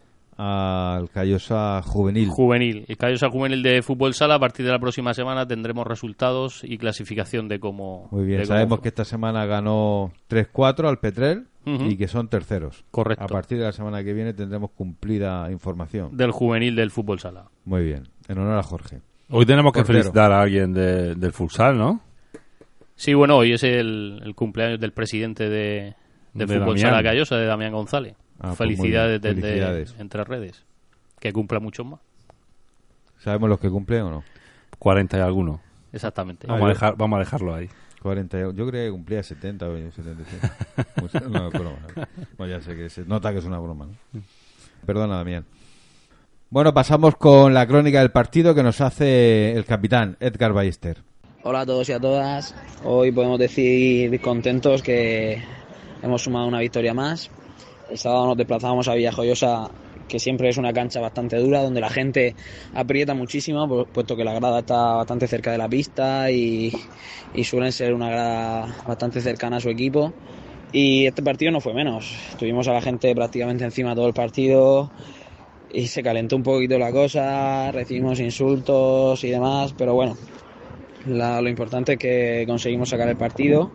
al Callosa Juvenil.
Juvenil. El Callosa Juvenil de Fútbol Sala, a partir de la próxima semana tendremos resultados y clasificación de cómo...
Muy bien, sabemos cómo... que esta semana ganó tres cuatro al Petrel uh-huh. y que son terceros.
Correcto.
A partir de la semana que viene tendremos cumplida información.
Del Juvenil del Fútbol Sala.
Muy bien, en honor a Jorge.
Hoy tenemos que
Portero.
felicitar a alguien de, del futsal, ¿no?
Sí, bueno, hoy es el, el cumpleaños del presidente de, de, de Fútbol Damián. Sala Callosa, de Damián González.
Ah,
Felicidades
pues
desde
Felicidades.
Entre Redes. Que cumpla muchos más.
¿Sabemos los que cumplen o no?
cuarenta y alguno.
Exactamente.
Vamos, ah, a, dejar, vamos a dejarlo ahí.
cuarenta, yo creo que cumplía setenta o setenta y seis. No, es broma. Bueno, ya sé que se nota que es una broma, ¿no? Perdona, Damián. Bueno, pasamos con la crónica del partido que nos hace el capitán Edgar Ballester.
Hola a todos y a todas. Hoy podemos decir contentos que hemos sumado una victoria más. El sábado nos desplazamos a Villajoyosa, que siempre es una cancha bastante dura, donde la gente aprieta muchísimo, puesto que la grada está bastante cerca de la pista y, y suelen ser una grada bastante cercana a su equipo. Y este partido no fue menos. Tuvimos a la gente prácticamente encima todo el partido y se calentó un poquito la cosa, recibimos insultos y demás, pero bueno, la, lo importante es que conseguimos sacar el partido.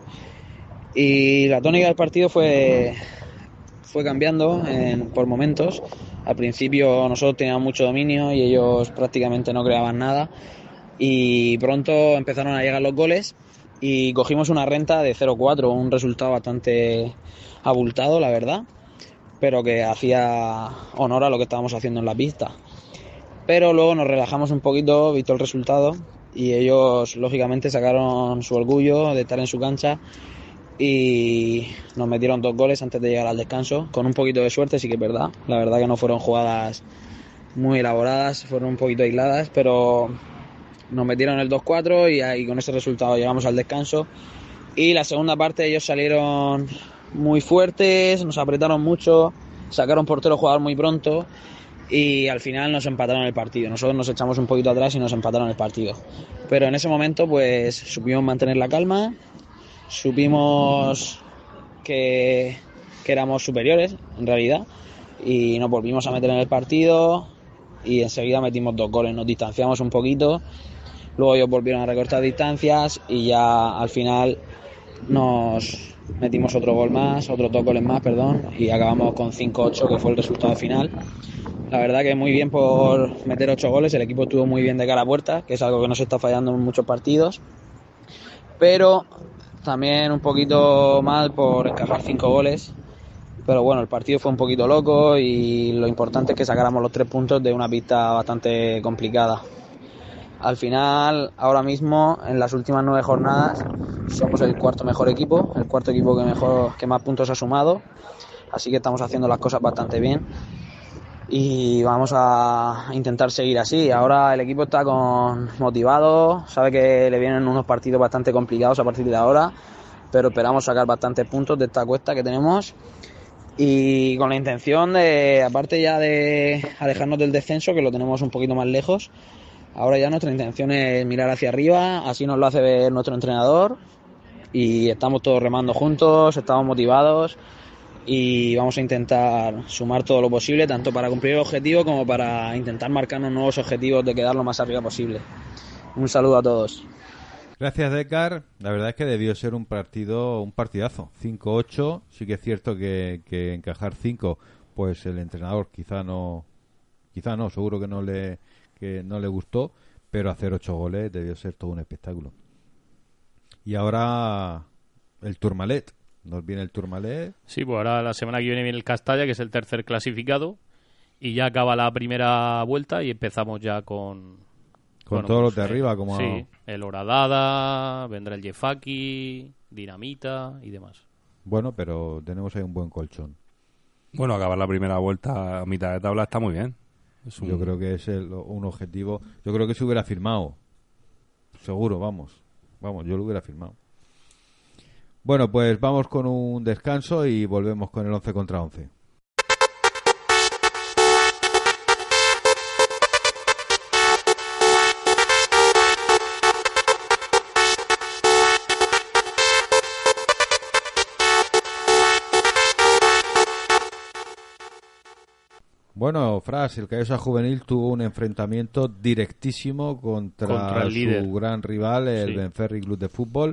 Y la tónica del partido fue, fue cambiando en, por momentos. Al principio nosotros teníamos mucho dominio y ellos prácticamente no creaban nada. Y pronto empezaron a llegar los goles y cogimos una renta de cero cuatro, un resultado bastante abultado, la verdad, pero que hacía honor a lo que estábamos haciendo en la pista. Pero luego nos relajamos un poquito, visto el resultado, y ellos lógicamente sacaron su orgullo de estar en su cancha y nos metieron dos goles antes de llegar al descanso, con un poquito de suerte, sí que es verdad. La verdad que no fueron jugadas muy elaboradas, fueron un poquito aisladas, pero nos metieron el dos cuatro y ahí con ese resultado llegamos al descanso. Y la segunda parte ellos salieron muy fuertes, nos apretaron mucho, sacaron portero jugador muy pronto y al final nos empataron el partido. Nosotros nos echamos un poquito atrás y nos empataron el partido. Pero en ese momento pues supimos mantener la calma, supimos que, que éramos superiores en realidad y nos volvimos a meter en el partido y enseguida metimos dos goles, nos distanciamos un poquito, luego ellos volvieron a recortar distancias y ya al final nos metimos otro gol más, otros dos goles más, perdón, y acabamos con cinco ocho, que fue el resultado final. La verdad que muy bien por meter ocho goles, el equipo estuvo muy bien de cara a puerta, que es algo que nos está fallando en muchos partidos, pero también un poquito mal por encajar cinco goles, pero bueno, el partido fue un poquito loco y lo importante es que sacáramos los tres puntos de una pista bastante complicada. Al final, ahora mismo, en las últimas nueve jornadas, somos el cuarto mejor equipo, el cuarto equipo que mejor, que más puntos ha sumado, así que estamos haciendo las cosas bastante bien y vamos a intentar seguir así. Ahora el equipo está con motivado, sabe que le vienen unos partidos bastante complicados a partir de ahora, pero esperamos sacar bastantes puntos de esta cuesta que tenemos y con la intención de, aparte ya de alejarnos del descenso, que lo tenemos un poquito más lejos, ahora ya nuestra intención es mirar hacia arriba, así nos lo hace ver nuestro entrenador y estamos todos remando juntos, estamos motivados y vamos a intentar sumar todo lo posible, tanto para cumplir el objetivo como para intentar marcarnos nuevos objetivos de quedar lo más arriba posible. Un saludo a todos.
Gracias, Edgar. La verdad es que debió ser un partido, un partidazo. cinco ocho, sí que es cierto que, que encajar cinco, pues el entrenador quizá no, quizá no, seguro que no le, que no le gustó, pero hacer ocho goles debió ser todo un espectáculo. Y ahora el Tourmalet. Nos viene el Tourmalet.
Sí, pues ahora la semana que viene viene el Castalla, que es el tercer clasificado, y ya acaba la primera vuelta y empezamos ya con...
Con
bueno,
todos
pues,
los de arriba, como...
Sí, el Horadada, vendrá el Jefaki, Dinamita y demás.
Bueno, pero tenemos ahí un buen colchón.
Bueno, acabar la primera vuelta a mitad de tabla está muy bien. Es un...
Yo creo que es el, un objetivo... Yo creo que se hubiera firmado. Seguro, vamos. Vamos, yo lo hubiera firmado. Bueno, pues vamos con un descanso y volvemos con el once contra once. Bueno, Fras, el Callosa Juvenil tuvo un enfrentamiento directísimo contra,
contra el
su
líder.
gran rival, el
Sí.
Benferri Club de Fútbol.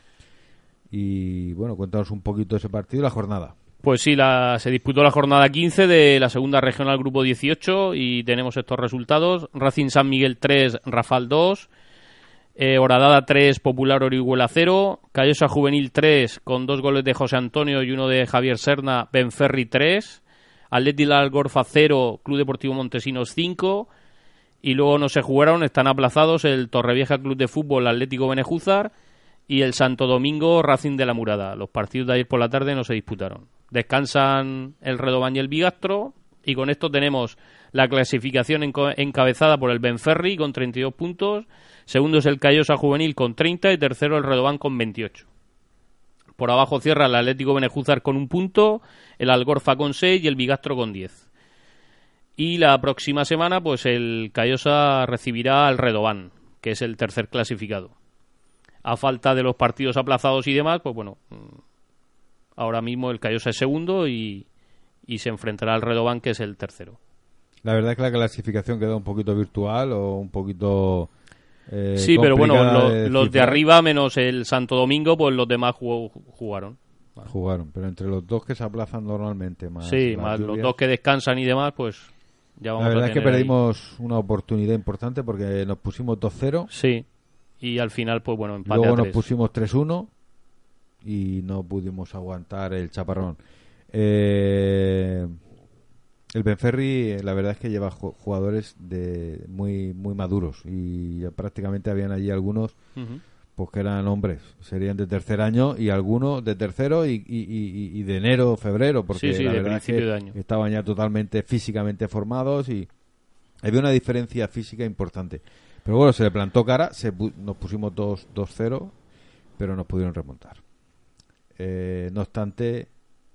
Y bueno, cuéntanos un poquito de ese partido y la jornada.
Pues sí, la, se disputó la jornada quince de la segunda regional grupo dieciocho y tenemos estos resultados. Racing San Miguel tres, Rafal dos, eh, Horadada tres, Popular Orihuela cero, Callosa Juvenil tres, con dos goles de José Antonio y uno de Javier Serna, Benferri tres, Atleti La Algorfa cero, Club Deportivo Montesinos cinco, y luego no se jugaron, están aplazados el Torrevieja Club de Fútbol Atlético Benejúzar y el Santo Domingo Racing de la Murada. Los partidos de ayer por la tarde no se disputaron. Descansan el Redován y el Bigastro y con esto tenemos la clasificación enco- encabezada por el Benferri con treinta y dos puntos, segundo es el Callosa Juvenil con treinta y tercero el Redován con veintiocho. Por abajo cierra el Atlético Benejúzar con un punto, el Algorfa con seis y el Bigastro con diez. Y la próxima semana pues el Callosa recibirá al Redován, que es el tercer clasificado. A falta de los partidos aplazados y demás, pues bueno, ahora mismo el Callosa es segundo y, y se enfrentará al Redován, que es el tercero.
La verdad es que la clasificación quedó un poquito virtual o un poquito eh,
sí, pero bueno, lo,
de
los de arriba menos el Santo Domingo, pues los demás jugó, jugaron. Vale.
Jugaron, pero entre los dos que se aplazan normalmente más,
sí, más los dos que descansan y demás, pues ya vamos a tener.
La verdad es que perdimos
ahí
una oportunidad importante porque nos pusimos dos cero.
Sí, y al final, pues bueno, empate
luego
a tres.
Nos pusimos tres uno y no pudimos aguantar el chaparrón. Eh... El Benferri, la verdad es que lleva jugadores de muy muy maduros y ya prácticamente habían allí algunos uh-huh. pues que eran hombres, serían de tercer año y algunos de tercero y, y, y, y de enero, febrero, porque
sí, sí,
la
de
verdad es que
de año.
estaban ya totalmente físicamente formados y había una diferencia física importante. Pero bueno, se le plantó cara, se pu- nos pusimos dos cero, pero nos pudieron remontar. Eh, no obstante,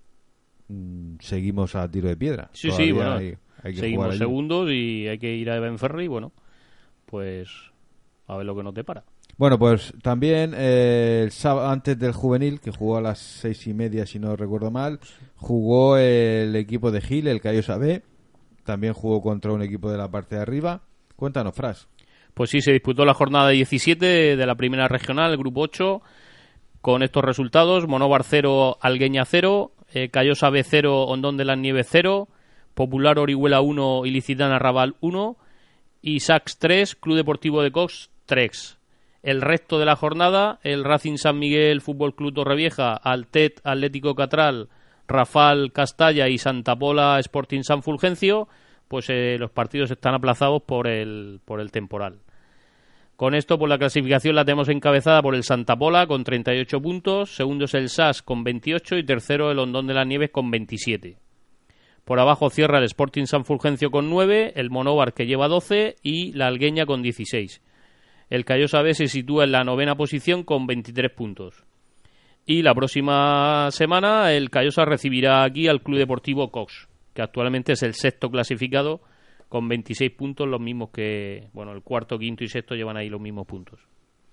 seguimos a tiro de piedra.
Sí,
Todavía
sí, bueno,
hay, hay que
seguimos segundos y hay que ir a Benferri y bueno, pues a ver lo que nos depara.
Bueno, pues también eh, el sábado, antes del juvenil, que jugó a las seis y media, si no recuerdo mal, jugó el equipo de Gil, el Callosa B, también jugó contra un equipo de la parte de arriba. Cuéntanos, Fras.
Pues sí, se disputó la jornada diecisiete de la primera regional, el grupo ocho, con estos resultados: Monóvar cero, Algueña cero, Eh, Callosa B cero, Hondón de las Nieves cero, Popular Orihuela uno, Ilicitana Raval uno y Sax tres, Club Deportivo de Cox tres. El resto de la jornada, el Racing San Miguel Fútbol Club Torrevieja, Altet Atlético Catral, Rafal Castalla y Santa Pola Sporting San Fulgencio, pues eh, los partidos están aplazados por el, por el temporal. Con esto, pues la clasificación la tenemos encabezada por el Santa Pola con treinta y ocho puntos, segundo es el S A S con veintiocho y tercero el Hondón de las Nieves con veintisiete. Por abajo cierra el Sporting San Fulgencio con nueve, el Monóvar que lleva doce y la Algueña con dieciséis. El Callosa B se sitúa en la novena posición con veintitrés puntos. Y la próxima semana el Callosa recibirá aquí al Club Deportivo Cox, que actualmente es el sexto clasificado con veintiséis puntos, los mismos que, bueno, el cuarto, quinto y sexto llevan ahí los mismos puntos.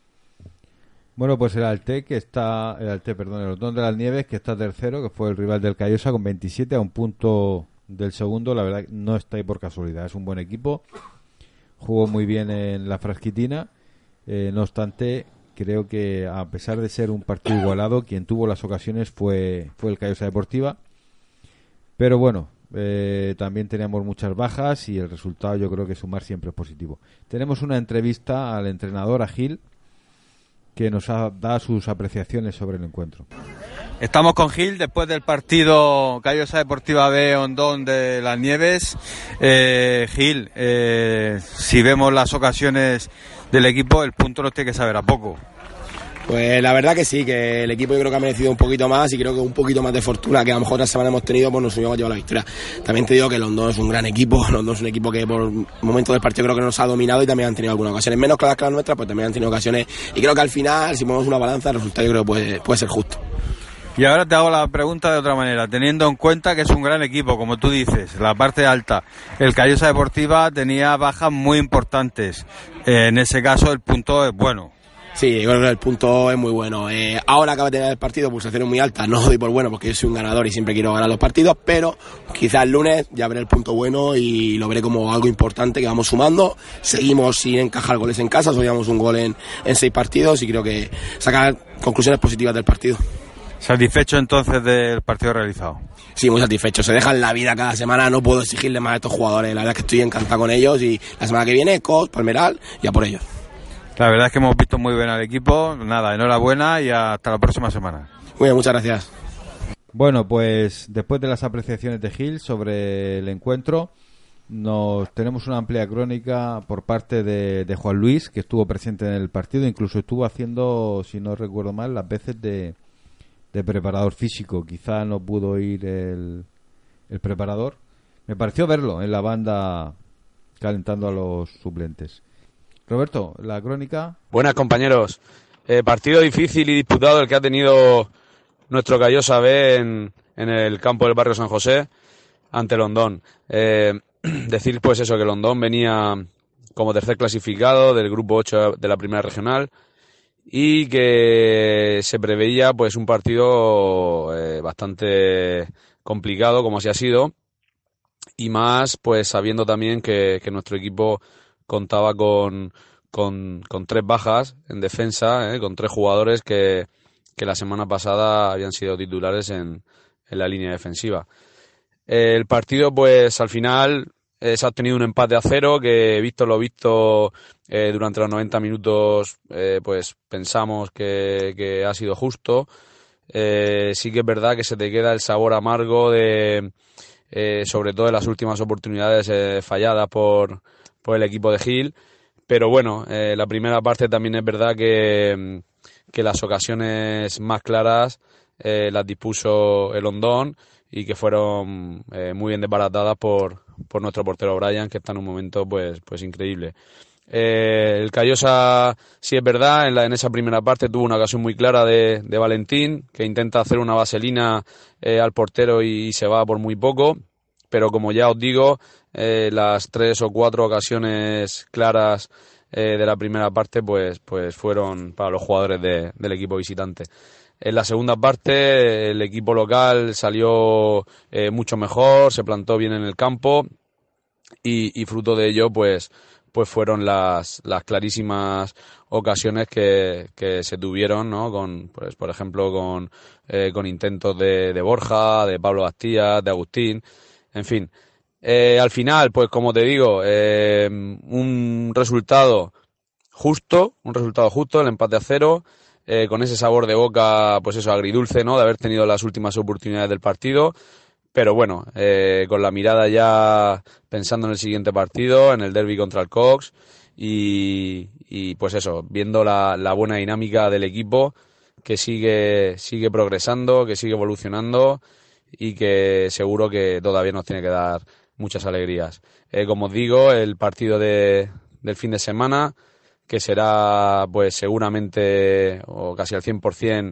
Bueno, pues el Alte, que está, el Alte, perdón, el Hondón de las Nieves, que está tercero, que fue el rival del Callosa con veintisiete, a un punto del segundo. La verdad no está ahí por casualidad, es un buen equipo, jugó muy bien en la Frasquitina, eh, no obstante, creo que a pesar de ser un partido igualado, quien tuvo las ocasiones fue, fue el Callosa Deportiva, pero bueno, Eh, también teníamos muchas bajas y el resultado yo creo que sumar siempre es positivo. Tenemos una entrevista al entrenador, a Gil, que nos ha dado sus apreciaciones sobre el encuentro.
Estamos con Gil después del partido Callosa Deportiva B Hondón de las Nieves. eh, Gil, eh, si vemos las ocasiones del equipo, el punto nos tiene que saber a poco.
Pues la verdad que sí, que el equipo yo creo que ha merecido un poquito más y creo que un poquito más de fortuna que a lo mejor otras semanas hemos tenido, pues nos hubiéramos llevado la victoria. También te digo que el Hondón es un gran equipo, el Hondón es un equipo que por momentos del partido creo que nos ha dominado y también han tenido algunas ocasiones, menos claras que las nuestras, pues también han tenido ocasiones y creo que al final, si ponemos una balanza, el resultado yo creo que puede, puede ser justo.
Y ahora te hago la pregunta de otra manera, teniendo en cuenta que es un gran equipo, como tú dices, la parte alta. El Callosa Deportiva tenía bajas muy importantes, eh, en ese caso el punto es bueno.
Sí, yo creo que el punto es muy bueno. Eh, ahora acaba de tener el partido pulsaciones muy altas, no doy por bueno porque yo soy un ganador y siempre quiero ganar los partidos, pero quizás el lunes ya veré el punto bueno y lo veré como algo importante que vamos sumando. Seguimos sin encajar goles en casa, solo llevamos un gol en, en seis partidos y creo que sacar conclusiones positivas del partido.
¿Satisfecho entonces del partido realizado?
Sí, muy satisfecho. Se dejan la vida cada semana, no puedo exigirle más a estos jugadores. La verdad es que estoy encantado con ellos y la semana que viene, Cos, Palmeral, ya por ellos.
La verdad es que hemos visto muy bien al equipo. Nada, enhorabuena y hasta la próxima semana.
Muy bien, muchas gracias.
Bueno, pues después de las apreciaciones de Gil sobre el encuentro, nos tenemos una amplia crónica por parte de, de Juan Luis, que estuvo presente en el partido, incluso estuvo haciendo, si no recuerdo mal, las veces de, de preparador físico. Quizá no pudo ir el, el preparador. Me pareció verlo en la banda calentando a los suplentes. Roberto, la crónica.
Buenas, compañeros. Eh, partido difícil y disputado el que ha tenido nuestro Callosa B en, en el campo del barrio San José ante el Hondón. Eh, decir pues eso, que el Hondón venía como tercer clasificado del grupo ocho de la primera regional y que se preveía pues un partido eh, bastante complicado, como así ha sido, y más pues sabiendo también que, que nuestro equipo contaba con, con, con tres bajas en defensa, eh, con tres jugadores que, que la semana pasada habían sido titulares en, en la línea defensiva. El partido pues al final eh, se ha obtenido un empate a cero que, visto lo visto eh, durante los noventa minutos, eh, pues pensamos que, que ha sido justo. Eh, sí que es verdad que se te queda el sabor amargo de eh, sobre todo de las últimas oportunidades eh, falladas por, por el equipo de Gil, pero bueno, eh, la primera parte también es verdad que, que las ocasiones más claras eh, las dispuso el Ondón y que fueron eh, muy bien desbaratadas por, por nuestro portero Brian, que está en un momento pues, pues increíble. Eh, el Callosa, sí es verdad, en, la, en esa primera parte tuvo una ocasión muy clara de, de Valentín, que intenta hacer una vaselina eh, al portero y, y se va por muy poco, pero como ya os digo, eh, las tres o cuatro ocasiones claras eh, de la primera parte pues, pues fueron para los jugadores de, del equipo visitante. En la segunda parte el equipo local salió eh, mucho mejor, se plantó bien en el campo y, y fruto de ello pues pues fueron las, las clarísimas ocasiones que, que se tuvieron, ¿no? Con, pues, por ejemplo, con, eh, con intentos de, de Borja, de Pablo Bastías, de Agustín, en fin. Eh, al final, pues como te digo, eh, un resultado justo, un resultado justo, el empate a cero, eh, con ese sabor de boca, pues eso, agridulce, ¿no? De haber tenido las últimas oportunidades del partido. Pero bueno, eh, con la mirada ya pensando en el siguiente partido, en el derbi contra el Cox y, y pues eso, viendo la, la buena dinámica del equipo que sigue, sigue progresando, que sigue evolucionando y que seguro que todavía nos tiene que dar muchas alegrías. Eh, como os digo, el partido de, del fin de semana, que será pues seguramente o casi al cien por ciento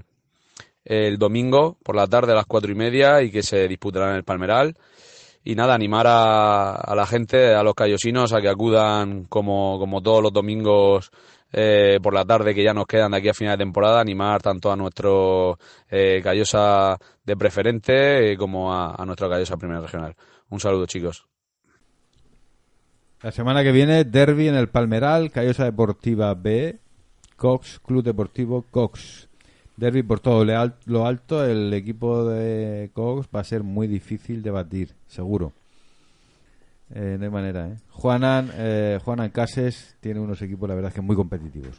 el domingo por la tarde a las cuatro y media y que se disputará en el Palmeral. Y nada, animar a, a la gente, a los callosinos, a que acudan como, como todos los domingos eh, por la tarde que ya nos quedan de aquí a final de temporada, animar tanto a nuestro eh, Callosa de preferente eh, como a, a nuestro Callosa Primera Regional. Un saludo, chicos.
La semana que viene, derbi en el Palmeral, Callosa Deportiva B, Cox, Club Deportivo Cox. Derbi por todo lo alto, el equipo de Cox va a ser muy difícil de batir, seguro. Eh, no hay manera, ¿eh? Juanan, eh, Juanan Cases tiene unos equipos, la verdad, es que muy competitivos.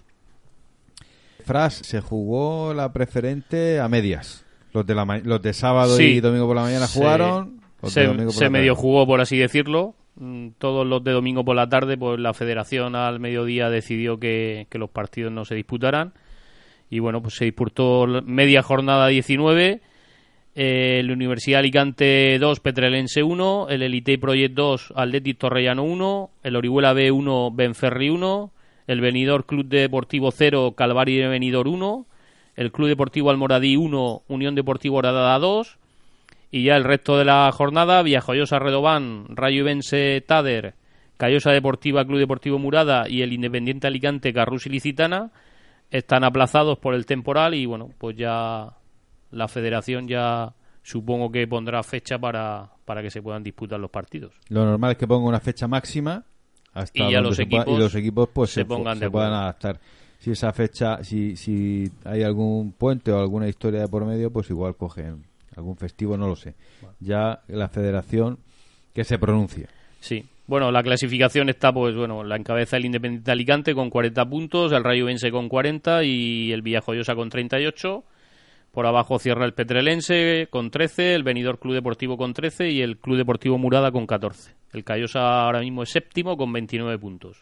Fras se jugó la preferente a medias. Los de, la ma- los de sábado sí, y domingo por la mañana jugaron.
Se, se, se medio jugó, por así decirlo. Todos los de domingo por la tarde, pues la federación al mediodía decidió que, que los partidos no se disputaran. Y bueno, pues se disputó media jornada diecinueve, eh, el Universidad Alicante dos, Petrelense uno, el Elite Project dos, Athletic Torrellano uno, el Orihuela B uno, Benferri uno, el Benidorm Club Deportivo cero, Calvari de Benidorm uno, el Club Deportivo Almoradí uno, Unión Deportivo Horadada dos, y ya el resto de la jornada, Villajoyosa Redován, Rayo Ibense Tader, Callosa Deportiva Club Deportivo Murada y el Independiente Alicante Carrús Ilicitana están aplazados por el temporal y bueno, pues ya la federación ya supongo que pondrá fecha para, para que se puedan disputar los partidos.
Lo normal es que ponga una fecha máxima hasta
y ya los equipos,
pueda, y los equipos pues
se,
se,
pongan
se
de
puedan adaptar. Si esa fecha, si, si hay algún puente o alguna historia de por medio, pues igual cogen algún festivo, no lo sé. Ya la federación que se pronuncie.
Sí. Bueno, la clasificación está, pues bueno, la encabeza el Independiente Alicante con cuarenta puntos, el Rayo Ibense con cuarenta y el Villajoyosa con treinta y ocho. Por abajo cierra el Petrelense con trece, el Benidorm Club Deportivo con trece y el Club Deportivo Murada con catorce. El Callosa ahora mismo es séptimo con veintinueve puntos.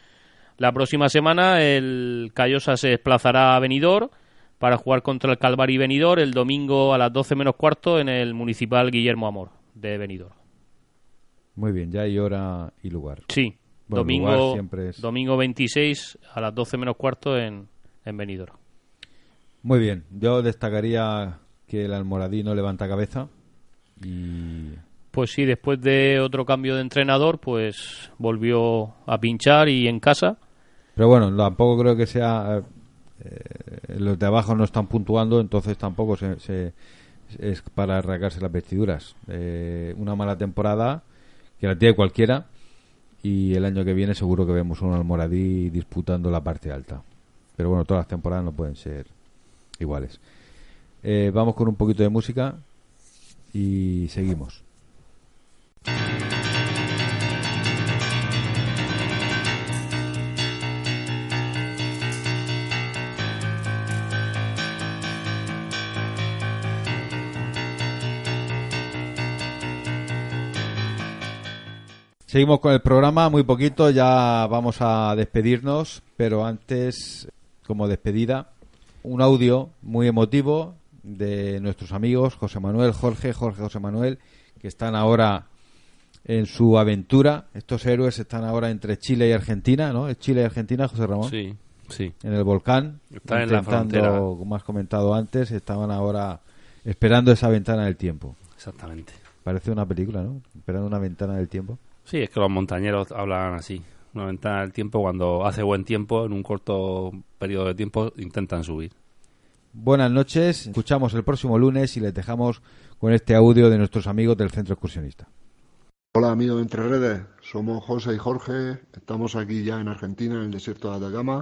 La próxima semana el Callosa se desplazará a Benidorm para jugar contra el Calvari Benidorm el domingo a las doce menos cuarto en el Municipal Guillermo Amor de Benidorm.
Muy bien, ya hay hora y lugar.
Sí,
bueno,
domingo,
lugar siempre es...
domingo veintiséis a las doce menos cuarto en, en Benidorm.
Muy bien, yo destacaría que el Almoradí no levanta cabeza y...
Pues sí, después de otro cambio de entrenador, pues volvió a pinchar y en casa.
Pero bueno, tampoco creo que sea... eh, los de abajo no están puntuando, entonces tampoco se, se- es para arrancarse las vestiduras. Eh, una mala temporada que la tiene cualquiera, y el año que viene seguro que vemos un Almoradí disputando la parte alta. Pero bueno, todas las temporadas no pueden ser iguales. Eh, vamos con un poquito de música y seguimos. Seguimos con el programa, muy poquito, ya vamos a despedirnos, pero antes, como despedida, un audio muy emotivo de nuestros amigos José Manuel, Jorge, Jorge, José Manuel, que están ahora en su aventura. Estos héroes están ahora entre Chile y Argentina, ¿no? ¿Es Chile y Argentina, José Ramón?
Sí, sí.
En el volcán.
Están en la
intentando,
frontera.
como has comentado antes, estaban ahora esperando esa ventana del tiempo.
Exactamente.
Parece una película, ¿no? Esperando una ventana del tiempo.
Sí, es que los montañeros hablan así. Una ventana del tiempo, cuando hace buen tiempo, en un corto periodo de tiempo, intentan subir.
Buenas noches, escuchamos el próximo lunes y les dejamos con este audio de nuestros amigos del Centro Excursionista.
Hola amigos de Entre Redes, somos José y Jorge, estamos aquí ya en Argentina, en el desierto de Atacama.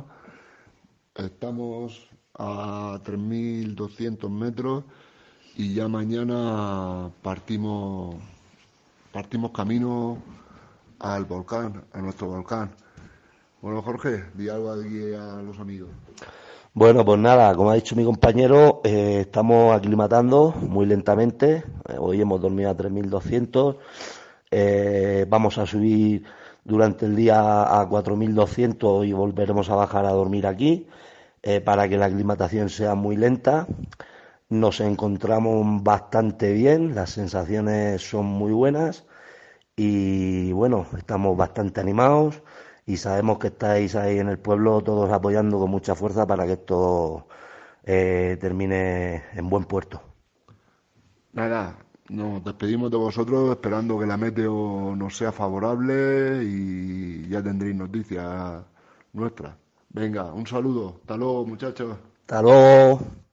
Estamos a tres mil doscientos metros y ya mañana partimos, partimos camino al volcán, a nuestro volcán. Bueno, Jorge, di algo aquí a los amigos.
Bueno, pues nada, como ha dicho mi compañero, eh, estamos aclimatando muy lentamente. Eh, hoy hemos dormido a tres mil doscientos. Eh, vamos a subir durante el día a cuatro mil doscientos y volveremos a bajar a dormir aquí eh, para que la aclimatación sea muy lenta. Nos encontramos bastante bien, las sensaciones son muy buenas y bueno, estamos bastante animados. Y sabemos que estáis ahí en el pueblo todos apoyando con mucha fuerza para que esto eh, termine en buen puerto.
Nada, nos despedimos de vosotros esperando que la meteo nos sea favorable y ya tendréis noticias nuestras. Venga, un saludo. Hasta luego, muchachos.
Hasta luego.